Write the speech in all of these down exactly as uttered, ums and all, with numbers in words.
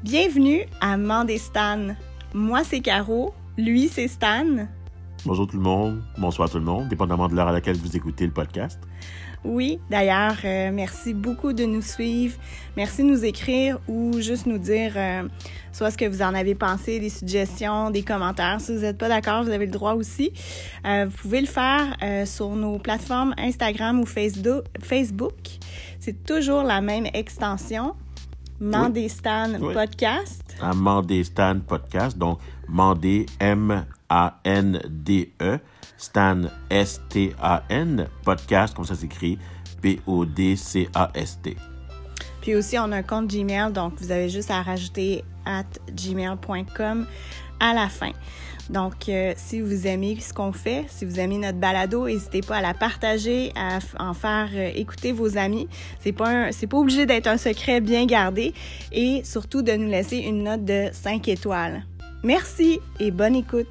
Bienvenue à Mandé Stan. Moi, c'est Caro. Lui, c'est Stan. Bonjour tout le monde. Bonsoir tout le monde, dépendamment de l'heure à laquelle vous écoutez le podcast. Oui, d'ailleurs, euh, merci beaucoup de nous suivre. Merci de nous écrire ou juste nous dire euh, soit ce que vous en avez pensé, des suggestions, des commentaires. Si vous n'êtes pas d'accord, vous avez le droit aussi. Euh, vous pouvez le faire euh, sur nos plateformes Instagram ou Facebook. C'est toujours la même extension. Mandé Stan oui. Podcast. À Mandé Stan Podcast, donc Mandé M A N D E, Stan S T A N, podcast, comme ça s'écrit, P O D C A S T. Puis aussi, on a un compte Gmail, donc vous avez juste à rajouter at gmail point com à la fin. Donc, euh, si vous aimez ce qu'on fait, si vous aimez notre balado, n'hésitez pas à la partager, à f- en faire euh, écouter vos amis. C'est pas un, c'est pas obligé d'être un secret bien gardé et surtout de nous laisser une note de cinq étoiles. Merci et bonne écoute.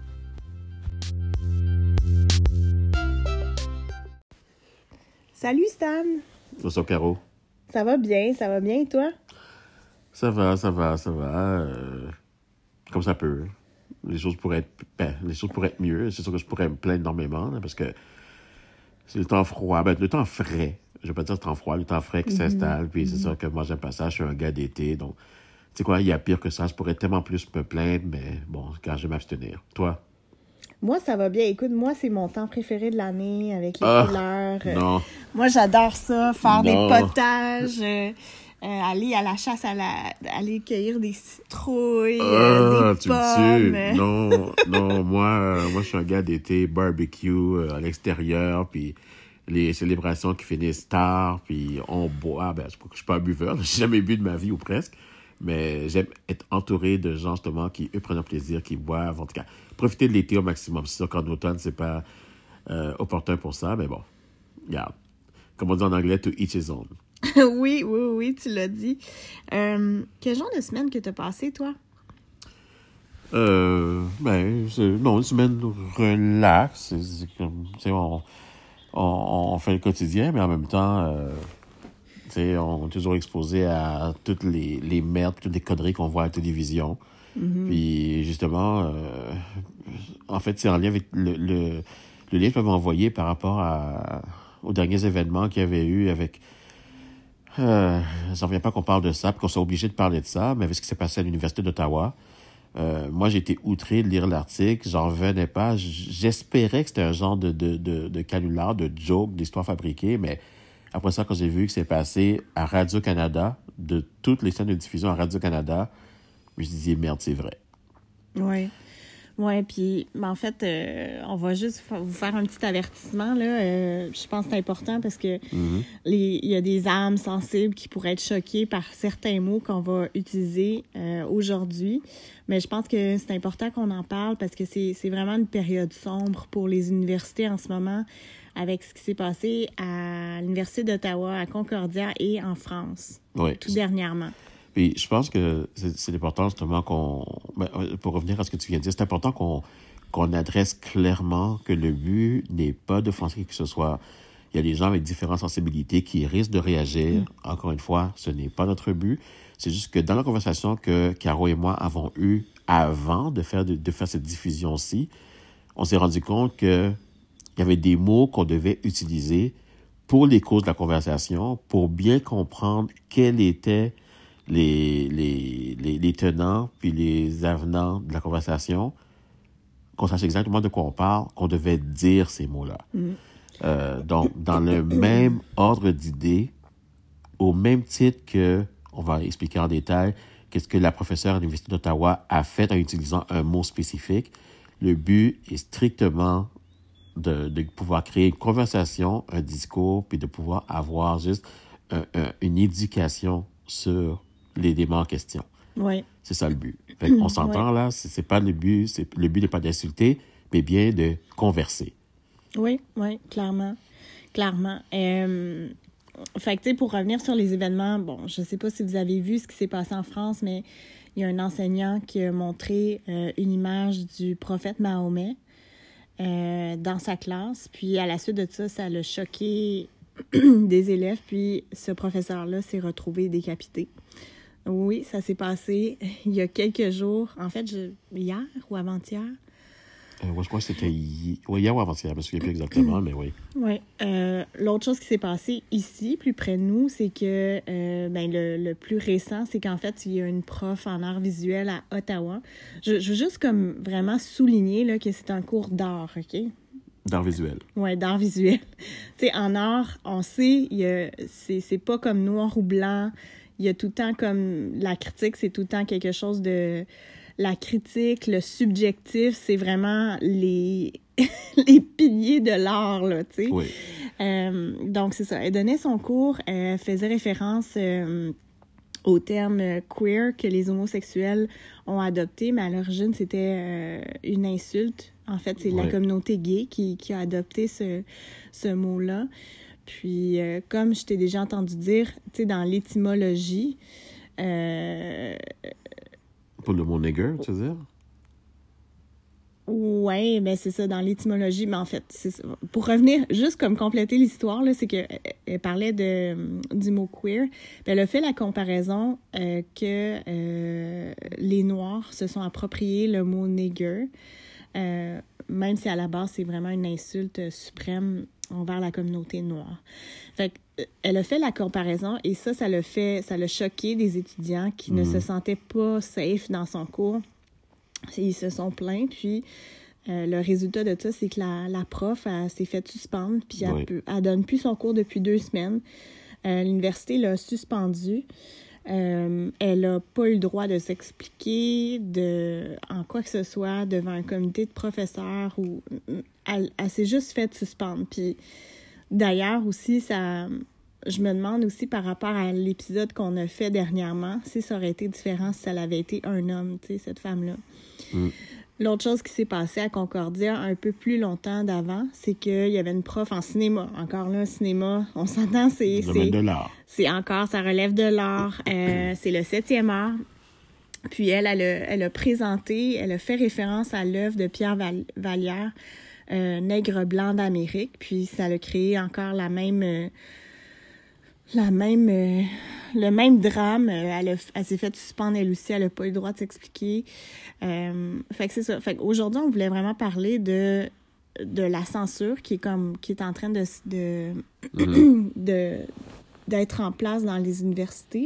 Salut Stan! Bonsoir Caro. Ça va bien, ça va bien et toi? Ça va, ça va, ça va. Euh, comme ça peut. Les choses pourraient être, ben, les choses pourraient être mieux. C'est sûr que je pourrais me plaindre énormément, là, parce que c'est le temps froid, ben, le temps frais. Je vais pas dire le temps froid, le temps frais qui mm-hmm. s'installe. Puis mm-hmm. c'est sûr que moi, j'aime pas ça. Je suis un gars d'été. Donc, tu sais quoi, il y a pire que ça. Je pourrais tellement plus me plaindre, mais bon, quand je vais m'abstenir. Toi? Moi, ça va bien. Écoute, moi, c'est mon temps préféré de l'année avec les ah, couleurs. Non. Moi, j'adore ça, faire non. des potages, euh, euh, aller à la chasse, à la, aller cueillir des citrouilles, ah, euh, des tu pommes. Me tues. Non, non, moi, euh, moi, je suis un gars d'été, barbecue euh, à l'extérieur, puis les célébrations qui finissent tard, puis on boit. Ben, je ne suis pas un buveur, j'ai jamais bu de ma vie ou presque. Mais j'aime être entouré de gens, justement, qui, eux, prennent un plaisir, qui boivent. En tout cas, profiter de l'été au maximum. C'est sûr qu'en automne, c'est pas euh, opportun pour ça, mais bon, regarde. Comme on dit en anglais, to each his own. oui, oui, oui, tu l'as dit. Euh, quel genre de semaine que tu as passé, toi? Euh, ben, c'est, non, une semaine relax. C'est, c'est comme, tu sais, on, on, on fait le quotidien, mais en même temps... Euh, T'sais, on est toujours exposé à toutes les, les merdes, toutes les conneries qu'on voit à la télévision. Mm-hmm. Puis, justement, euh, en fait, c'est en lien avec le, le, le lien que vous m'avez envoyé par rapport à, aux derniers événements qu'il y avait eu avec... Euh, ça ne revient pas qu'on parle de ça, puis qu'on soit obligé de parler de ça, mais avec ce qui s'est passé à l'Université d'Ottawa. Euh, moi, j'ai été outré de lire l'article, j'en revenais pas. J'espérais que c'était un genre de, de, de, de canular, de joke, d'histoire fabriquée, mais... Après ça, quand j'ai vu que c'est passé à Radio-Canada, de toutes les chaînes de diffusion à Radio-Canada, je me suis dit, merde, c'est vrai. Oui. Oui, puis en fait, euh, on va juste fa- vous faire un petit avertissement, là. Euh, je pense que c'est important parce que mm-hmm. les, il y a des âmes sensibles qui pourraient être choquées par certains mots qu'on va utiliser euh, aujourd'hui. Mais je pense que c'est important qu'on en parle parce que c'est, c'est vraiment une période sombre pour les universités en ce moment, avec ce qui s'est passé à l'Université d'Ottawa, à Concordia et en France, oui. tout dernièrement. Puis je pense que c'est, c'est important justement qu'on... Ben, pour revenir à ce que tu viens de dire, c'est important qu'on, qu'on adresse clairement que le but n'est pas d'offenser qui que ce soit. Il y a des gens avec différentes sensibilités qui risquent de réagir. Mm. Encore une fois, ce n'est pas notre but. C'est juste que dans la conversation que Caro et moi avons eue avant de faire, de, de faire cette diffusion-ci, on s'est rendu compte que il y avait des mots qu'on devait utiliser pour les causes de la conversation, pour bien comprendre quels étaient les, les, les, les tenants puis les avenants de la conversation, qu'on sache exactement de quoi on parle, qu'on devait dire ces mots-là. Mm. Euh, donc, dans le même ordre d'idées, au même titre que, on va expliquer en détail, qu'est-ce que la professeure à l'Université d'Ottawa a fait en utilisant un mot spécifique, le but est strictement De, de pouvoir créer une conversation, un discours, puis de pouvoir avoir juste un, un, une éducation sur les démons en question. Oui. C'est ça le but. Fait qu'on s'entend oui. là, c'est, c'est pas le but, c'est, le but n'est pas d'insulter, mais bien de converser. Oui, oui, clairement. Clairement. Euh, fait que, tu sais, pour revenir sur les événements, bon, je sais pas si vous avez vu ce qui s'est passé en France, mais il y a un enseignant qui a montré euh, une image du prophète Mahomet Euh, dans sa classe. Puis, à la suite de ça, ça l'a choqué des élèves. Puis, ce professeur-là s'est retrouvé décapité. Oui, ça s'est passé il y a quelques jours. En fait, je... hier ou avant-hier. Euh, ouais, je crois que c'était hi... ouais, hier ou avant-hier, je me souviens plus exactement, mais oui. Oui. Euh, l'autre chose qui s'est passée ici, plus près de nous, c'est que euh, ben, le, le plus récent, c'est qu'en fait, il y a une prof en art visuel à Ottawa. Je, je veux juste comme vraiment souligner là, que c'est un cours d'art, OK? D'art visuel. Oui, d'art visuel. Tu sais, en art, on sait, il y a, c'est, c'est pas comme noir ou blanc. Il y a tout le temps comme... La critique, c'est tout le temps quelque chose de... La critique, le subjectif, c'est vraiment les, les piliers de l'art, là, tu sais. Oui. Euh, donc, c'est ça. Elle donnait son cours, elle faisait référence euh, au terme queer que les homosexuels ont adopté, mais à l'origine, c'était euh, une insulte. En fait, c'est oui. la communauté gay qui, qui a adopté ce, ce mot-là. Puis, euh, comme je t'ai déjà entendu dire, tu sais, dans l'étymologie... Euh, Pour le mot nigger, tu veux dire? Oui, ben c'est ça, dans l'étymologie. Mais en fait, c'est ça. Pour revenir, juste comme compléter l'histoire, là, c'est qu'elle elle parlait de, du mot queer. Puis elle a fait la comparaison euh, que euh, les Noirs se sont appropriés le mot nigger, euh, même si à la base, c'est vraiment une insulte suprême envers la communauté noire. Fait que, elle a fait la comparaison et ça, ça l'a fait, ça l'a choqué des étudiants qui mmh. ne se sentaient pas safe dans son cours. Ils se sont plaints, puis euh, le résultat de ça, c'est que la, la prof, elle, s'est fait suspendre, puis elle, oui. peut, elle donne plus son cours depuis deux semaines. Euh, l'université l'a suspendue. Euh, elle n'a pas eu le droit de s'expliquer de, en quoi que ce soit devant un comité de professeurs ou elle, elle s'est juste faite suspendre. Puis d'ailleurs aussi, ça, je me demande aussi par rapport à l'épisode qu'on a fait dernièrement, si ça aurait été différent si ça avait été un homme, tu sais, cette femme-là. Mm. L'autre chose qui s'est passée à Concordia un peu plus longtemps d'avant, c'est qu'il y avait une prof en cinéma. Encore là, cinéma, on s'entend, c'est... c'est de l'art. C'est encore, ça relève de l'art. Euh, c'est le septième art. Puis elle, elle a, elle a présenté, elle a fait référence à l'œuvre de Pierre Val- Vallière, euh, Nègre blanc d'Amérique. Puis ça a créé encore la même... Euh, la même... Euh, le même drame. Elle, a, elle s'est fait suspendre elle aussi, elle n'a pas eu le droit de s'expliquer. Euh, fait que c'est ça. Fait qu'aujourd'hui, on voulait vraiment parler de, de la censure qui est comme qui est en train de, de, mm-hmm. de d'être en place dans les universités.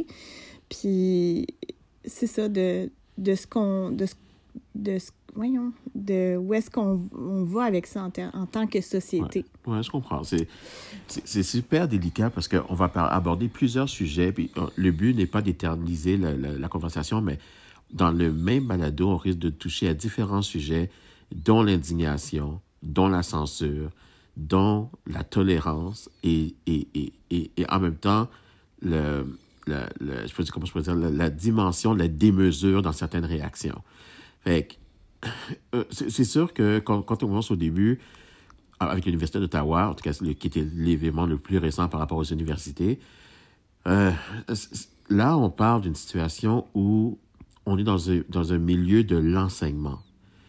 Puis c'est ça, de, de ce qu'on de, de ce voyons, de où est-ce qu'on on va avec ça en, ter- en tant que société. Oui, ouais, je comprends. C'est, c'est, c'est super délicat parce qu'on va par- aborder plusieurs sujets. Puis, euh, le but n'est pas d'éterniser la, la, la conversation, mais dans le même balado, on risque de toucher à différents sujets, dont l'indignation, dont la censure, dont la tolérance et, et, et, et, et en même temps, le, le, le, je peux dire, comment je peux dire, la, la dimension, la démesure dans certaines réactions. Fait que, Euh, c'est, c'est sûr que quand, quand on commence au début, avec l'Université d'Ottawa, en tout cas, le, qui était l'événement le plus récent par rapport aux universités, euh, là, on parle d'une situation où on est dans un, dans un milieu de l'enseignement.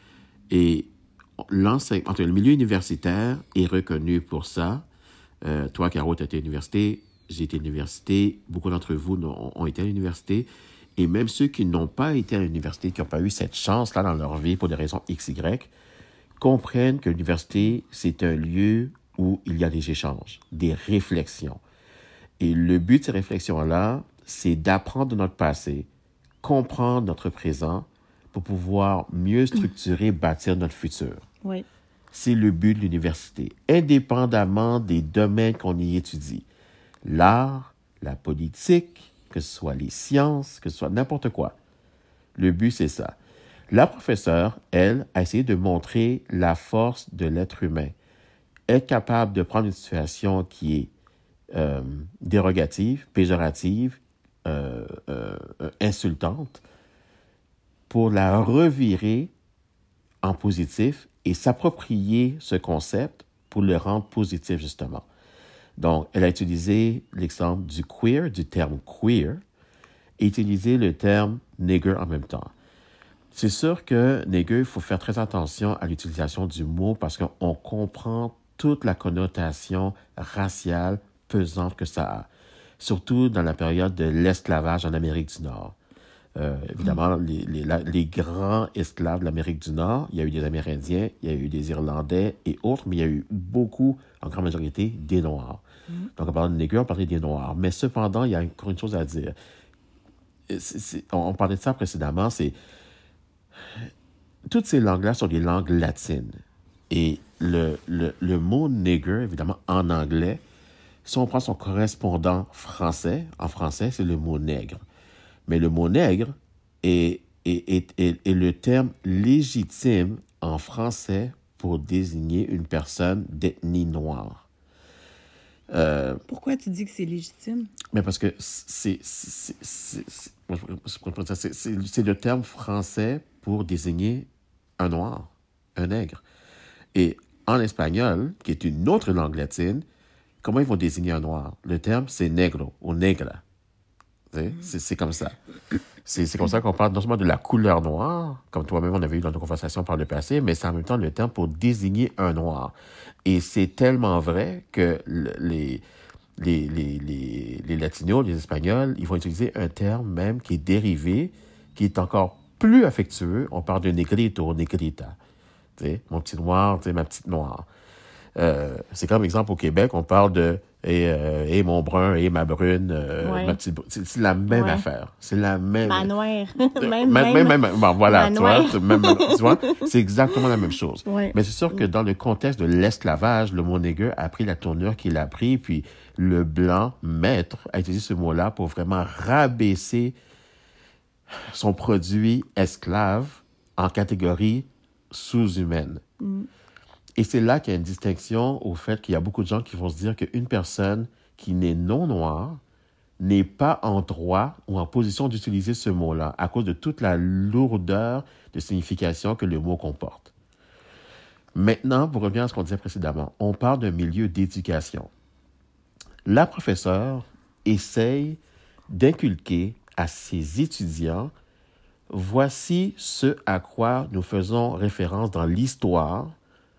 Et l'enseignement, en tout cas, le milieu universitaire est reconnu pour ça. Euh, toi, Caro, tu as été à l'université, j'ai été à l'université, beaucoup d'entre vous ont, ont été à l'université. Et même ceux qui n'ont pas été à l'université, qui n'ont pas eu cette chance-là dans leur vie pour des raisons X Y, comprennent que l'université, c'est un lieu où il y a des échanges, des réflexions. Et le but de ces réflexions-là, c'est d'apprendre de notre passé, comprendre notre présent pour pouvoir mieux structurer, bâtir notre futur. Oui. C'est le but de l'université, indépendamment des domaines qu'on y étudie. L'art, la politique, que ce soit les sciences, que ce soit n'importe quoi. Le but, c'est ça. La professeure, elle, a essayé de montrer la force de l'être humain. Être capable de prendre une situation qui est euh, dérogative, péjorative, euh, euh, insultante, pour la revirer en positif et s'approprier ce concept pour le rendre positif, justement. Donc, elle a utilisé l'exemple du queer, du terme queer, et utilisé le terme nigger en même temps. C'est sûr que nigger, il faut faire très attention à l'utilisation du mot parce qu'on comprend toute la connotation raciale pesante que ça a. surtout dans la période de l'esclavage en Amérique du Nord. Euh, évidemment, mm. les, les, la, les grands esclaves de l'Amérique du Nord, il y a eu des Amérindiens, il y a eu des Irlandais et autres, mais il y a eu beaucoup, en grande majorité, des Noirs. Mm. Donc, on parlait de nègres, on parlait des Noirs. Mais cependant, il y a encore une chose à dire. C'est, c'est, on, on parlait de ça précédemment, c'est... Toutes ces langues-là sont des langues latines. Et le, le, le mot « nigger », évidemment, en anglais, si on prend son correspondant français, en français, c'est le mot « nègre ». Mais le mot « nègre » est, est, est, est, est le terme légitime en français pour désigner une personne d'ethnie noire. Euh, Pourquoi tu dis que c'est légitime? Mais parce que c'est, c'est, c'est, c'est, c'est, c'est, c'est le terme français pour désigner un noir, un nègre. Et en espagnol, qui est une autre langue latine, comment ils vont désigner un noir? Le terme, c'est negro ou negra. Mm-hmm. C'est, c'est comme ça. C'est, c'est comme ça qu'on parle non seulement de la couleur noire, comme toi-même on avait eu dans nos conversations par le passé, mais c'est en même temps le terme pour désigner un noir. Et c'est tellement vrai que le, les, les, les, les, les Latinos, les Espagnols, ils vont utiliser un terme même qui est dérivé, qui est encore plus affectueux. On parle de negrito, negrita. T'sais, mon petit noir, ma petite noire. Euh, c'est comme exemple au Québec, on parle de et, euh, et mon brun et ma brune, euh, ouais. ma petite, c'est, c'est la même ouais. affaire. C'est la même. Ma noire. même, même, même, même, bon, voilà, tu vois, tu, même, tu vois, c'est exactement la même chose. Ouais. Mais c'est sûr que dans le contexte de l'esclavage, le mot nègre a pris la tournure qu'il a pris, puis le blanc maître a utilisé ce mot-là pour vraiment rabaisser son produit esclave en catégorie sous-humaine. Mm. Et c'est là qu'il y a une distinction au fait qu'il y a beaucoup de gens qui vont se dire qu'une personne qui n'est non noire n'est pas en droit ou en position d'utiliser ce mot-là à cause de toute la lourdeur de signification que le mot comporte. Maintenant, pour revenir à ce qu'on disait précédemment, on parle d'un milieu d'éducation. La professeure essaye d'inculquer à ses étudiants, voici ce à quoi nous faisons référence dans l'histoire.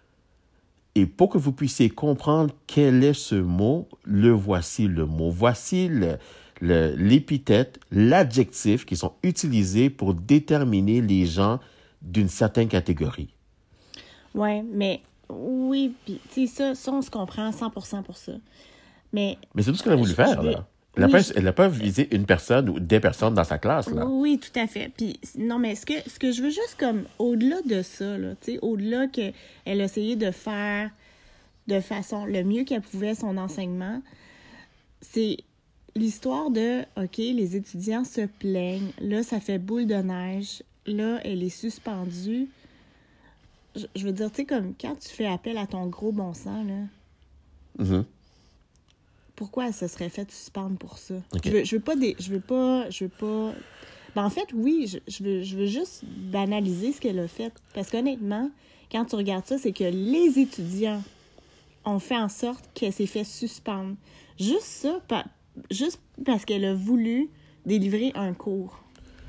Et pour que vous puissiez comprendre quel est ce mot, le voici le mot. Voici le, le, l'épithète, l'adjectif qui sont utilisés pour déterminer les gens d'une certaine catégorie. Oui, mais oui, puis tu sais, ça, ça, on se comprend cent pour cent pour ça. Mais, mais c'est tout ce qu'elle a voulu faire, là. Elle n'a oui, pas, pas visé une personne ou des personnes dans sa classe, là. Oui, tout à fait. Puis, non, mais ce que, ce que je veux juste comme, au-delà de ça, là, tu sais, au-delà qu'elle a essayé de faire de façon le mieux qu'elle pouvait son enseignement, c'est l'histoire de, OK, les étudiants se plaignent, là, ça fait boule de neige, là, elle est suspendue. Je, je veux dire, tu sais, comme quand tu fais appel à ton gros bon sens, là, mm-hmm. pourquoi elle se serait fait suspendre pour ça? Okay. Je veux, je veux pas... Des, je veux pas... Je veux pas... Ben, en fait, oui, je, je, veux, je veux juste banaliser ce qu'elle a fait. Parce qu'honnêtement, quand tu regardes ça, c'est que les étudiants ont fait en sorte qu'elle s'est fait suspendre. Juste ça, pa, juste parce qu'elle a voulu délivrer un cours.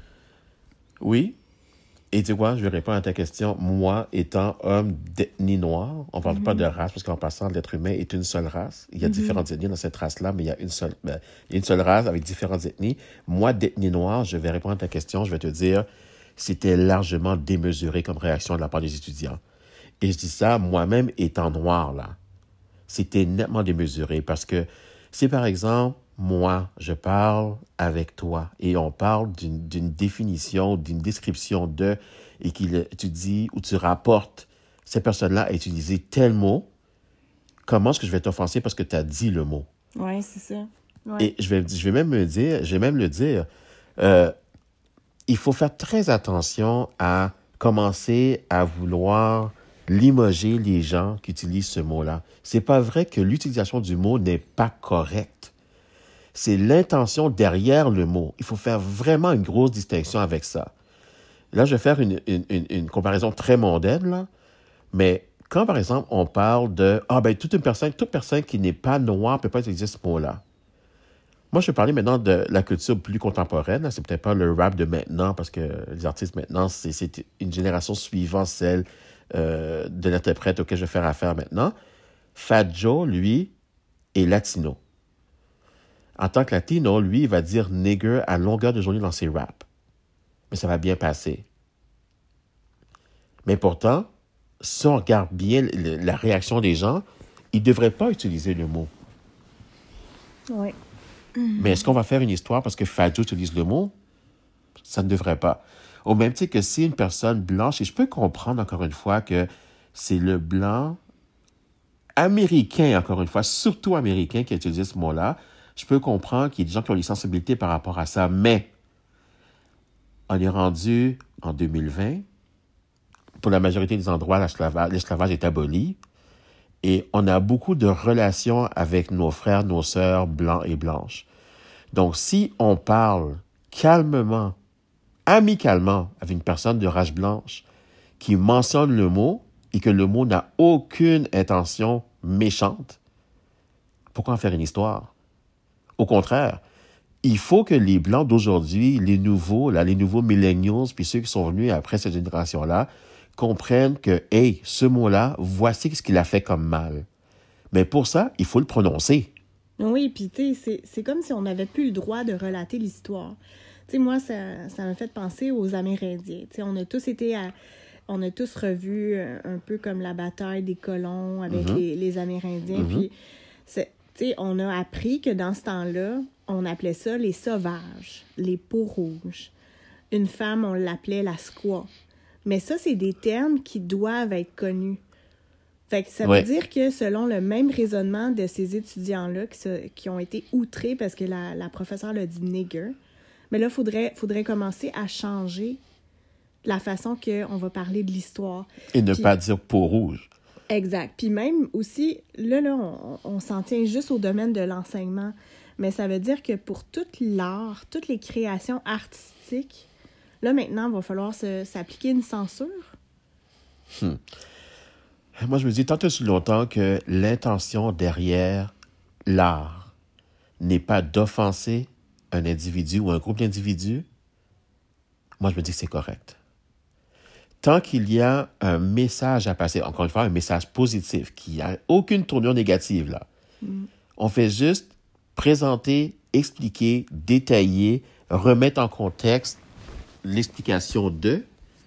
Oui. Et tu vois, je vais répondre à ta question. Moi, étant homme d'ethnie noire, on ne parle mm-hmm. pas de race, parce qu'en passant, l'être humain est une seule race. Il y a mm-hmm. différentes ethnies dans cette race-là, mais il y a une seule, ben, il y a une seule race avec différentes ethnies. Moi, d'ethnie noire, je vais répondre à ta question. Je vais te dire, c'était largement démesuré comme réaction de la part des étudiants. Et je dis ça, moi-même étant noir, là. C'était nettement démesuré parce que si, par exemple, moi, je parle avec toi et on parle d'une, d'une définition, d'une description de, et qu'il, tu dis ou tu rapportes, cette personne-là a utilisé tel mot, comment est-ce que je vais t'offenser parce que tu as dit le mot? Oui, c'est ça. Ouais. Et je vais, je vais même me dire, je vais même le dire, euh, il faut faire très attention à commencer à vouloir limoger les gens qui utilisent ce mot-là. C'est pas vrai que l'utilisation du mot n'est pas correcte. C'est l'intention derrière le mot. Il faut faire vraiment une grosse distinction avec ça. Là, je vais faire une, une, une, une comparaison très mondaine, là. Mais quand, par exemple, on parle de « Ah, ben, toute une personne, toute personne qui n'est pas noire ne peut pas utiliser ce mot-là. » Moi, je vais parler maintenant de la culture plus contemporaine. Là. C'est peut-être pas le rap de maintenant, parce que les artistes maintenant, c'est, c'est une génération suivant celle euh, de l'interprète auquel je vais faire affaire maintenant. Fat Joe, lui, est latino. En tant que latino, lui, il va dire nigger à longueur de journée dans ses raps. Mais ça va bien passer. Mais pourtant, si on regarde bien le, la réaction des gens, ils ne devraient pas utiliser le mot. Oui. Mais est-ce qu'on va faire une histoire parce que Fadjo utilise le mot? Ça ne devrait pas. Au même titre que si une personne blanche, et je peux comprendre encore une fois que c'est le blanc américain, encore une fois, surtout américain qui utilise ce mot-là, je peux comprendre qu'il y a des gens qui ont des sensibilités par rapport à ça, mais on est rendu en deux mille vingt, pour la majorité des endroits, l'esclavage, l'esclavage est aboli, et on a beaucoup de relations avec nos frères, nos sœurs blancs et blanches. Donc, si on parle calmement, amicalement, avec une personne de race blanche qui mentionne le mot et que le mot n'a aucune intention méchante, pourquoi en faire une histoire? Au contraire, il faut que les Blancs d'aujourd'hui, les nouveaux, là, les nouveaux millennials, puis ceux qui sont venus après cette génération-là, comprennent que, hey, ce mot-là, voici ce qu'il a fait comme mal. Mais pour ça, il faut le prononcer. Oui, puis tu sais, c'est, c'est comme si on n'avait plus le droit de relater l'histoire. Tu sais, moi, ça, ça m'a fait penser aux Amérindiens. Tu sais, on a tous été à... On a tous revu un, un peu comme la bataille des colons avec mm-hmm. les, les Amérindiens. Mm-hmm. Puis, c'est, tu sais, on a appris que dans ce temps-là, on appelait ça les sauvages, les peaux-rouges. Une femme, on l'appelait la squaw. Mais ça, c'est des termes qui doivent être connus. Fait que ça ouais. veut dire que selon le même raisonnement de ces étudiants-là qui, se, qui ont été outrés parce que la, la professeure l'a dit « nigger », mais là, il faudrait, faudrait commencer à changer la façon qu'on va parler de l'histoire. Et ne Puis, pas dire peau rouge. Exact. Puis même aussi, là, là on, on s'en tient juste au domaine de l'enseignement, mais ça veut dire que pour tout l'art, toutes les créations artistiques, là, maintenant, il va falloir se, s'appliquer une censure. Hmm. Moi, je me dis tant aussi longtemps que l'intention derrière l'art n'est pas d'offenser un individu ou un groupe d'individus, moi, je me dis que c'est correct. Tant qu'il y a un message à passer, encore une fois, un message positif, qu'il n'y a aucune tournure négative, là, mm. on fait juste présenter, expliquer, détailler, remettre en contexte l'explication de,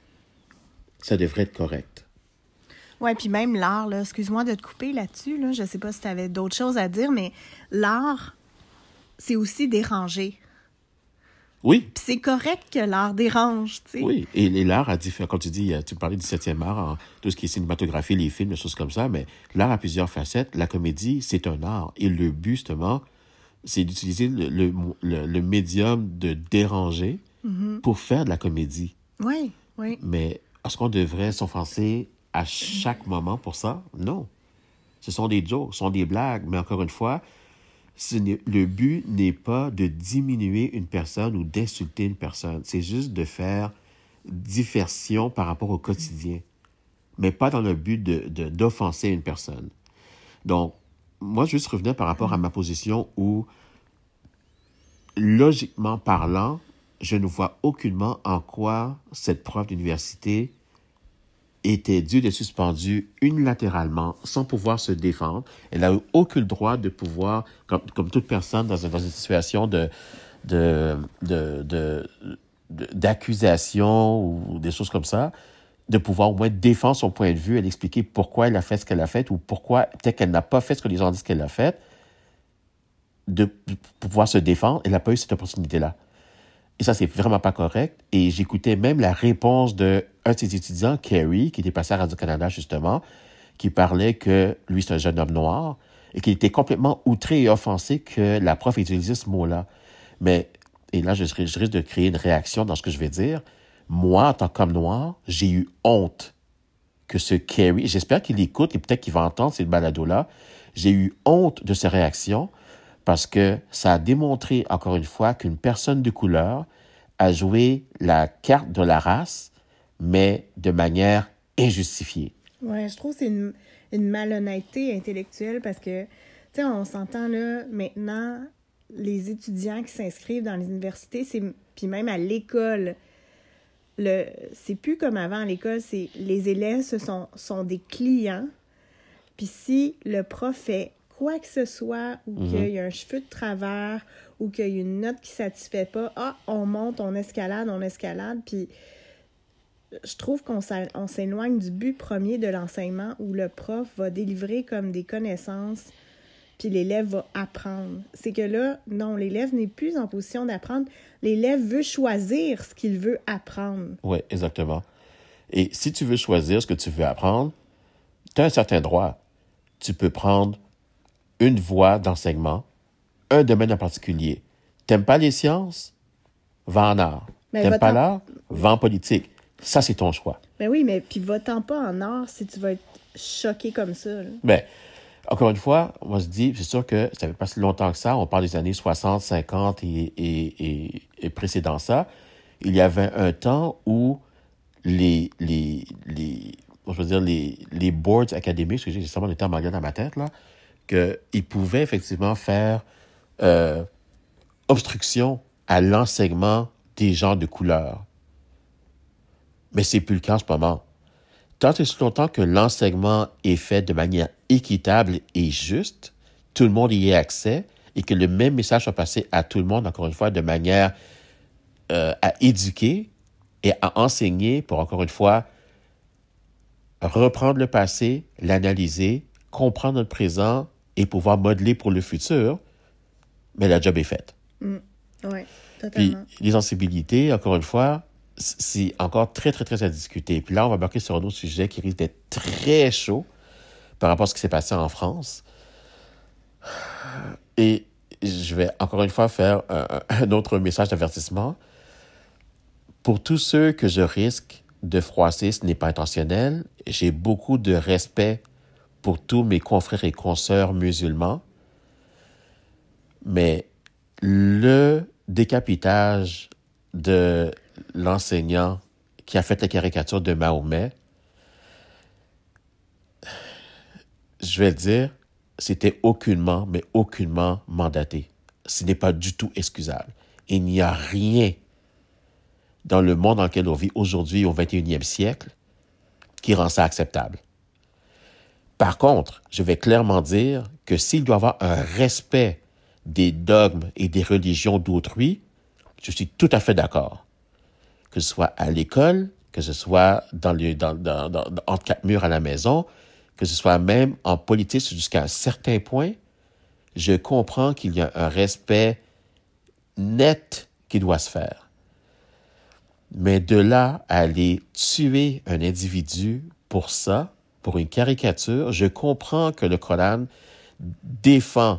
ça devrait être correct. Oui, puis même l'art, là, excuse-moi de te couper là-dessus, là, je ne sais pas si tu avais d'autres choses à dire, mais l'art, c'est aussi déranger. Oui. Puis c'est correct que l'art dérange, tu sais. Oui, et, et l'art a différents, comme tu dis, tu parlais du septième art, en, tout ce qui est cinématographie, les films, des choses comme ça, mais l'art a plusieurs facettes. La comédie, c'est un art. Et le but, justement, c'est d'utiliser le, le, le, le médium de déranger mm-hmm. pour faire de la comédie. Oui, oui. Mais est-ce qu'on devrait s'offenser à chaque moment pour ça? Non. Ce sont des jokes, ce sont des blagues, mais encore une fois, ce n'est, le but n'est pas de diminuer une personne ou d'insulter une personne. C'est juste de faire diversion par rapport au quotidien, mais pas dans le but de, de, d'offenser une personne. Donc, moi, je veux juste revenir par rapport à ma position où, logiquement parlant, je ne vois aucunement en quoi cette prof d'université était due d'être suspendue unilatéralement, sans pouvoir se défendre. Elle n'a eu aucun droit de pouvoir, comme, comme toute personne dans, dans une situation de, de, de, de, de, d'accusation ou des choses comme ça, de pouvoir au moins défendre son point de vue et expliquer pourquoi elle a fait ce qu'elle a fait ou pourquoi peut-être qu'elle n'a pas fait ce que les gens disent qu'elle a fait, de, de pouvoir se défendre. Elle n'a pas eu cette opportunité-là. Et ça, c'est vraiment pas correct. Et j'écoutais même la réponse d'un de ses étudiants, Kerry, qui était passé à Radio-Canada, justement, qui parlait que lui, c'est un jeune homme noir et qu'il était complètement outré et offensé que la prof ait utilisé ce mot-là. Mais, et là, je, je risque de créer une réaction dans ce que je vais dire. Moi, en tant qu'homme noir, j'ai eu honte que ce Kerry, j'espère qu'il écoute et peut-être qu'il va entendre cette balado-là, j'ai eu honte de ses réactions parce que ça a démontré, encore une fois, qu'une personne de couleur a joué la carte de la race, mais de manière injustifiée. Oui, je trouve que c'est une, une malhonnêteté intellectuelle parce que, tu sais, on s'entend là, maintenant, les étudiants qui s'inscrivent dans les universités, c'est, puis même à l'école, le, c'est plus comme avant à l'école, c'est les élèves, ce sont, sont des clients. Puis si le prof fait quoi que ce soit, ou mm-hmm. qu'il y a un cheveu de travers, ou qu'il y a une note qui ne satisfait pas, ah, on monte, on escalade, on escalade, puis je trouve qu'on on s'éloigne du but premier de l'enseignement où le prof va délivrer comme des connaissances, puis l'élève va apprendre. C'est que là, non, l'élève n'est plus en position d'apprendre. L'élève veut choisir ce qu'il veut apprendre. Oui, exactement. Et si tu veux choisir ce que tu veux apprendre, tu as un certain droit. Tu peux prendre une voie d'enseignement, un domaine en particulier. T'aimes pas les sciences? Va en art. Mais T'aimes pas l'art? Va en politique. Ça, c'est ton choix. Ben oui, mais puis va-t'en pas en art si tu vas être choqué comme ça. Là. Ben, encore une fois, on se dit, c'est sûr que ça fait pas si longtemps que ça. On parle des années soixante, cinquante et, et, et, et précédant ça. Il y avait un temps où les, les, les, je veux dire, les, les boards académiques, parce que j'ai justement le terme anglais dans ma tête, là, qu'ils pouvaient effectivement faire euh, obstruction à l'enseignement des gens de couleur. Mais c'est plus le cas en ce moment. Tant et si longtemps que l'enseignement est fait de manière équitable et juste, tout le monde y ait accès et que le même message soit passé à tout le monde, encore une fois, de manière euh, à éduquer et à enseigner pour, encore une fois, reprendre le passé, l'analyser, comprendre notre présent et pouvoir modeler pour le futur, mais la job est faite. Mmh. Oui, totalement. Puis les sensibilités, encore une fois, c'est encore très, très, très à discuter. Puis là, on va embarquer sur un autre sujet qui risque d'être très chaud par rapport à ce qui s'est passé en France. Et je vais encore une fois faire un, un autre message d'avertissement. Pour tous ceux que je risque de froisser, ce n'est pas intentionnel. J'ai beaucoup de respect pour tous mes confrères et consoeurs musulmans. Mais le décapitage de l'enseignant qui a fait la caricature de Mahomet, je vais le dire, c'était aucunement, mais aucunement mandaté. Ce n'est pas du tout excusable. Il n'y a rien dans le monde dans lequel on vit aujourd'hui, au vingt et unième siècle, qui rend ça acceptable. Par contre, je vais clairement dire que s'il doit y avoir un respect des dogmes et des religions d'autrui, je suis tout à fait d'accord. Que ce soit à l'école, que ce soit dans le, dans, dans, dans, entre quatre murs à la maison, que ce soit même en politique jusqu'à un certain point, je comprends qu'il y a un respect net qui doit se faire. Mais de là à aller tuer un individu pour ça, pour une caricature, je comprends que le Coran défend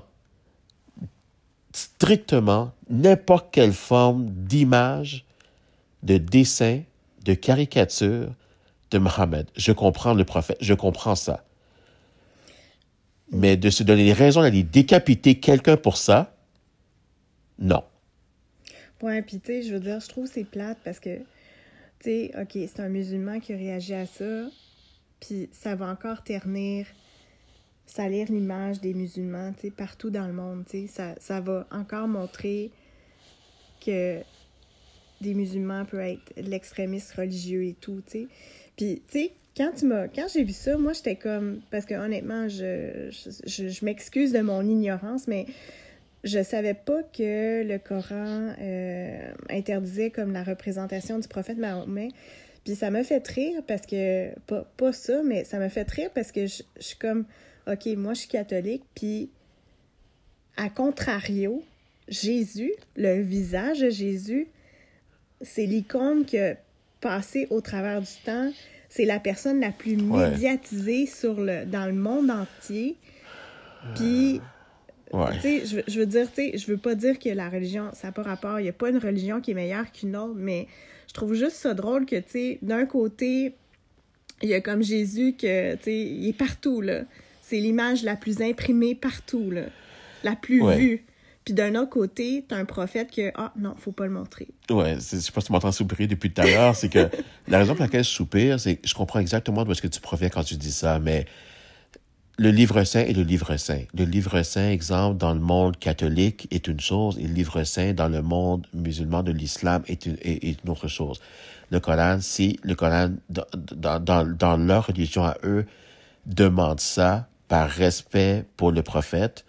strictement n'importe quelle forme d'image, de dessin, de caricature de Mohammed. Je comprends le prophète, je comprends ça. Mais de se donner les raisons d'aller décapiter quelqu'un pour ça, non. Ouais, puis tu sais, je veux dire, je trouve que c'est plate parce que, tu sais, OK, c'est un musulman qui a réagi à ça, puis ça va encore ternir, salir l'image des musulmans, tu sais, partout dans le monde, tu sais. Ça, ça va encore montrer que des musulmans peuvent être de l'extrémisme religieux et tout, tu sais. Puis, tu sais, quand tu m'as, quand j'ai vu ça, moi, j'étais comme, parce que honnêtement, je, je, je m'excuse de mon ignorance, mais je savais pas que le Coran euh, interdisait comme la représentation du prophète Mahomet. Puis ça m'a fait rire parce que, pas, pas ça, mais ça m'a fait rire parce que je, je suis comme, OK, moi, je suis catholique, puis à contrario, Jésus, le visage de Jésus, c'est l'icône qui a passé au travers du temps. C'est la personne la plus médiatisée ouais. sur le, dans le monde entier. Puis, ouais. tu sais, je, je veux dire, tu sais, je veux pas dire que la religion, ça n'a pas rapport. Il n'y a pas une religion qui est meilleure qu'une autre, mais je trouve juste ça drôle que, tu sais, d'un côté, il y a comme Jésus que, tu sais, il est partout, là. C'est l'image la plus imprimée partout, là. La plus ouais. vue. Puis d'un autre côté, t'as un prophète que, ah, non, faut pas le montrer. Ouais, c'est, je sais pas si tu m'entends soupirer depuis tout à l'heure, c'est que la raison pour laquelle je soupire, c'est que je comprends exactement d'où est-ce que tu proviens quand tu dis ça, mais le livre saint est le livre saint. Le livre saint, exemple, dans le monde catholique est une chose, et le livre saint dans le monde musulman de l'islam est une, est, est une autre chose. Le Coran, si le Coran, dans, dans, dans, dans leur religion à eux, demande ça, par respect pour le prophète,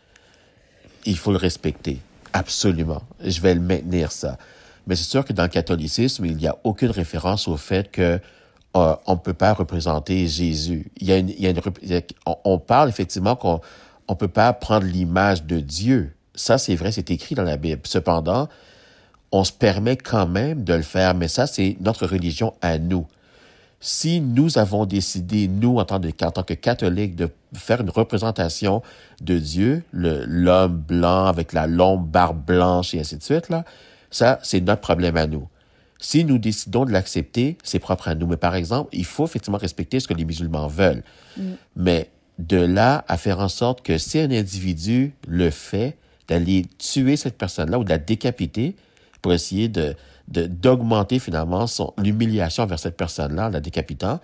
il faut le respecter. Absolument. Je vais le maintenir, ça. Mais c'est sûr que dans le catholicisme, il n'y a aucune référence au fait que euh, on ne peut pas représenter Jésus. Il y a une, il y a une, on, on parle effectivement qu'on on peut pas prendre l'image de Dieu. Ça, c'est vrai, c'est écrit dans la Bible. Cependant, on se permet quand même de le faire, mais ça, c'est notre religion à nous. Si nous avons décidé, nous, en tant, de, en tant que catholiques, de faire une représentation de Dieu, le, l'homme blanc avec la longue barbe blanche et ainsi de suite, là, ça, c'est notre problème à nous. Si nous décidons de l'accepter, c'est propre à nous. Mais par exemple, il faut effectivement respecter ce que les musulmans veulent. Mm. Mais de là à faire en sorte que si un individu le fait, d'aller tuer cette personne-là ou de la décapiter pour essayer de, de, d'augmenter finalement son, l'humiliation vers cette personne-là en la décapitant,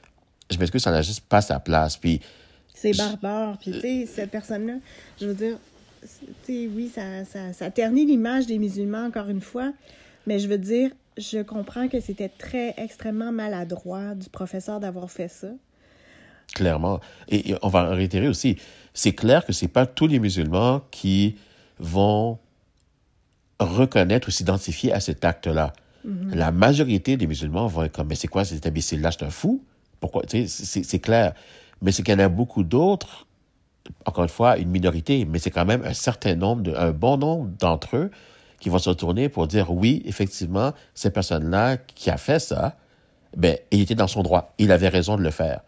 je m'excuse, ça n'a juste pas sa place. Puis, c'est barbare. Puis, tu sais, cette personne-là, je veux dire, tu sais, oui, ça, ça, ça ternit l'image des musulmans, encore une fois, mais je veux dire, je comprends que c'était très, extrêmement maladroit du professeur d'avoir fait ça. Clairement. Et, et on va réitérer aussi, c'est clair que c'est pas tous les musulmans qui vont reconnaître ou s'identifier à cet acte-là. Mm-hmm. La majorité des musulmans vont être comme, mais c'est quoi cet imbécile-là, c'est un fou? Pourquoi? Tu sais, c'est, c'est clair. Mais c'est qu'il y en a beaucoup d'autres, encore une fois, une minorité, mais c'est quand même un certain nombre, de, un bon nombre d'entre eux qui vont se retourner pour dire, oui, effectivement, cette personne-là qui a fait ça, ben, il était dans son droit. Il avait raison de le faire.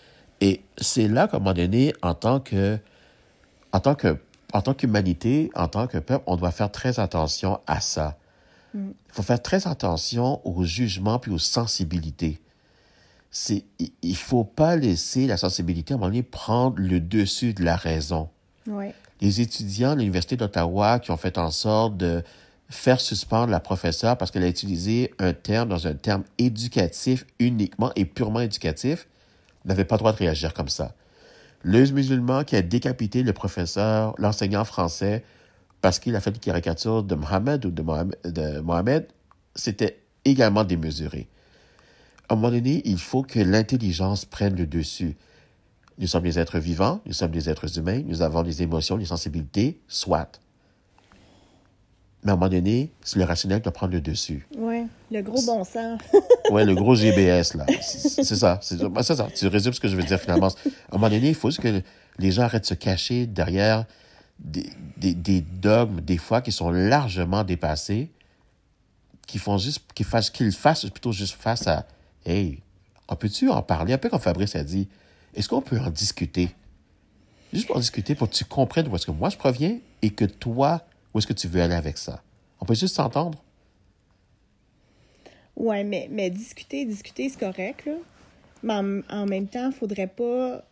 Et c'est là qu'à un moment donné, en tant que, en tant que, en tant qu'humanité, en tant que peuple, on doit faire très attention à ça. Il mm. faut faire très attention aux jugements puis aux sensibilités. C'est, il faut pas laisser la sensibilité, à un moment donné, prendre le dessus de la raison. Ouais. Les étudiants de l'Université d'Ottawa qui ont fait en sorte de faire suspendre la professeure parce qu'elle a utilisé un terme dans un terme éducatif uniquement et purement éducatif, n'avaient pas le droit de réagir comme ça. Le musulman qui a décapité le professeur, l'enseignant français, parce qu'il a fait une caricature de Mohammed ou de Mohammed, de Mohammed, c'était également démesuré. À un moment donné, il faut que l'intelligence prenne le dessus. Nous sommes des êtres vivants, nous sommes des êtres humains, nous avons des émotions, des sensibilités, soit. Mais à un moment donné, c'est le rationnel qui doit prendre le dessus. Oui, le gros bon sens. Oui, le gros G B S, là. C'est, c'est ça. C'est, c'est ça. Tu résumes ce que je veux dire, finalement. À un moment donné, il faut juste que les gens arrêtent de se cacher derrière des, des, des dogmes, des fois, qui sont largement dépassés, qui font juste, qui fassent, qu'ils fassent plutôt juste face à, hey, on peut-tu en parler? Un peu comme Fabrice a dit. Est-ce qu'on peut en discuter? Juste pour en discuter, pour que tu comprennes où est-ce que moi je proviens et que toi, où est-ce que tu veux aller avec ça? On peut juste s'entendre? Oui, mais, mais discuter, discuter, c'est correct, là. Mais en, en même temps, il faudrait pas...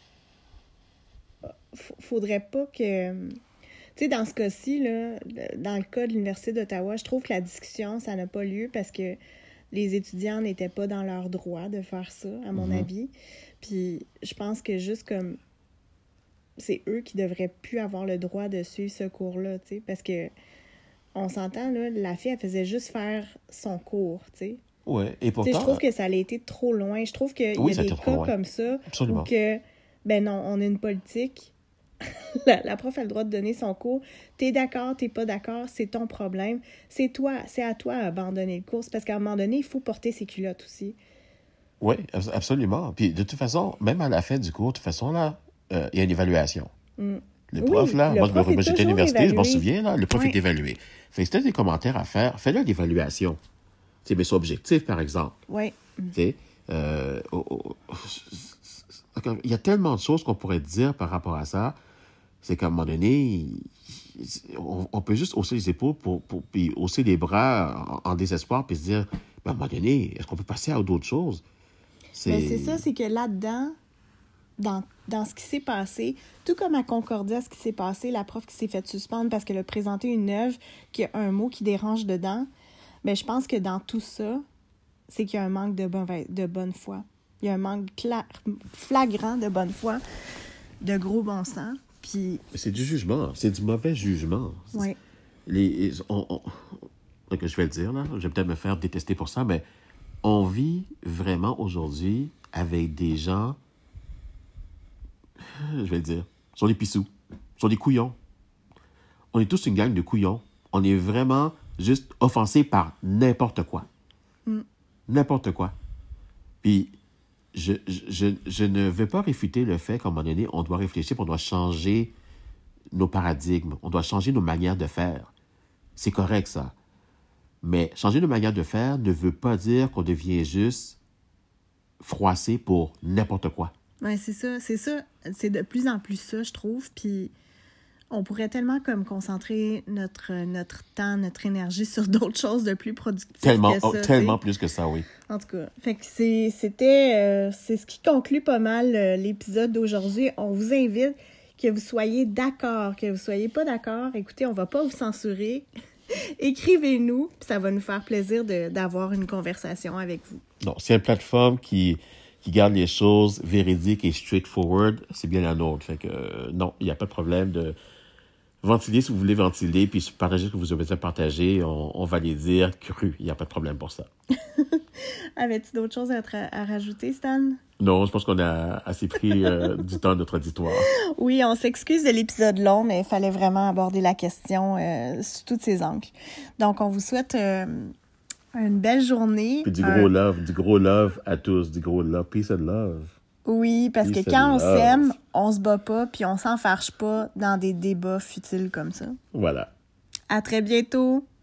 faudrait pas que... Tu sais, dans ce cas-ci, là, dans le cas de l'Université d'Ottawa, je trouve que la discussion, ça n'a pas lieu parce que les étudiants n'étaient pas dans leur droit de faire ça, à mon mm-hmm. avis. Puis je pense que juste comme... c'est eux qui devraient plus avoir le droit de suivre ce cours-là, tu sais, parce que on s'entend, là, la fille, elle faisait juste faire son cours, tu sais. Oui, et pourtant... T'sais, je trouve que ça a été trop loin. Je trouve qu'il oui, y a des cas comme ça Absolument. Où que, ben non, on a une politique. la, la prof a le droit de donner son cours. T'es d'accord, t'es pas d'accord, c'est ton problème. C'est toi, c'est à toi d'abandonner le cours. Parce qu'à un moment donné, il faut porter ses culottes aussi. Oui, absolument. Puis de toute façon, même à la fin du cours, de toute façon, là, il euh, y a une évaluation. Mm. Le prof, oui, là, le moi, prof moi j'étais à l'université, évalué. Je m'en souviens, là, le prof oui. est évalué. Fait que si tu as des commentaires à faire, fais-le l'évaluation. Tu sais, mais c'est objectif, par exemple. Oui. Tu sais, euh, oh, oh, oh, il y a tellement de choses qu'on pourrait dire par rapport à ça. C'est qu'à un moment donné, on, on peut juste hausser les épaules, pour, pour, puis hausser les bras en, en désespoir, puis se dire, ben, à un moment donné, est-ce qu'on peut passer à d'autres choses? C'est, ben, c'est ça, c'est que là-dedans, Dans, dans ce qui s'est passé, tout comme à Concordia, ce qui s'est passé, la prof qui s'est fait suspendre parce qu'elle a présenté une œuvre qui a un mot qui dérange dedans, bien, je pense que dans tout ça, c'est qu'il y a un manque de, bon, de bonne foi. Il y a un manque cla- flagrant de bonne foi, de gros bon sens. Puis... c'est du jugement, c'est du mauvais jugement. Oui. Les, on, on, donc, je vais le dire, là, je vais peut-être me faire détester pour ça, mais on vit vraiment aujourd'hui avec des gens... je vais le dire, sont des pissous, sont des couillons. On est tous une gang de couillons. On est vraiment juste offensés par n'importe quoi. Mm. N'importe quoi. Puis, je, je, je ne veux pas réfuter le fait qu'à un moment donné, on doit réfléchir, on doit changer nos paradigmes, on doit changer nos manières de faire. C'est correct, ça. Mais changer nos manières de faire ne veut pas dire qu'on devient juste froissé pour n'importe quoi. Oui, c'est ça, c'est ça. C'est de plus en plus ça, je trouve. Puis on pourrait tellement comme concentrer notre, notre temps, notre énergie sur d'autres choses de plus productives tellement, que ça. Oh, tellement plus que ça, oui. En tout cas, fait que c'est, c'était, euh, c'est ce qui conclut pas mal euh, l'épisode d'aujourd'hui. On vous invite que vous soyez d'accord, que vous soyez pas d'accord. Écoutez, on va pas vous censurer. Écrivez-nous, puis ça va nous faire plaisir de, d'avoir une conversation avec vous. Non, c'est une plateforme qui, qui garde les choses véridiques et straightforward. C'est bien la nôtre. Fait que euh, non, il n'y a pas de problème de ventiler si vous voulez ventiler, puis partager ce que vous avez à partager. On, on va les dire crus. Il n'y a pas de problème pour ça. Avais-tu d'autres choses à, tra- à rajouter, Stan? Non, je pense qu'on a assez pris euh, du temps de notre auditoire. Oui, on s'excuse de l'épisode long, mais il fallait vraiment aborder la question euh, sous tous ses angles. Donc, on vous souhaite euh, une belle journée. Puis du un... gros love, du gros love à tous, du gros love, peace and love. Oui, parce peace que quand on love. s'aime, on se bat pas, puis on s'enfarge pas dans des débats futiles comme ça. Voilà. À très bientôt!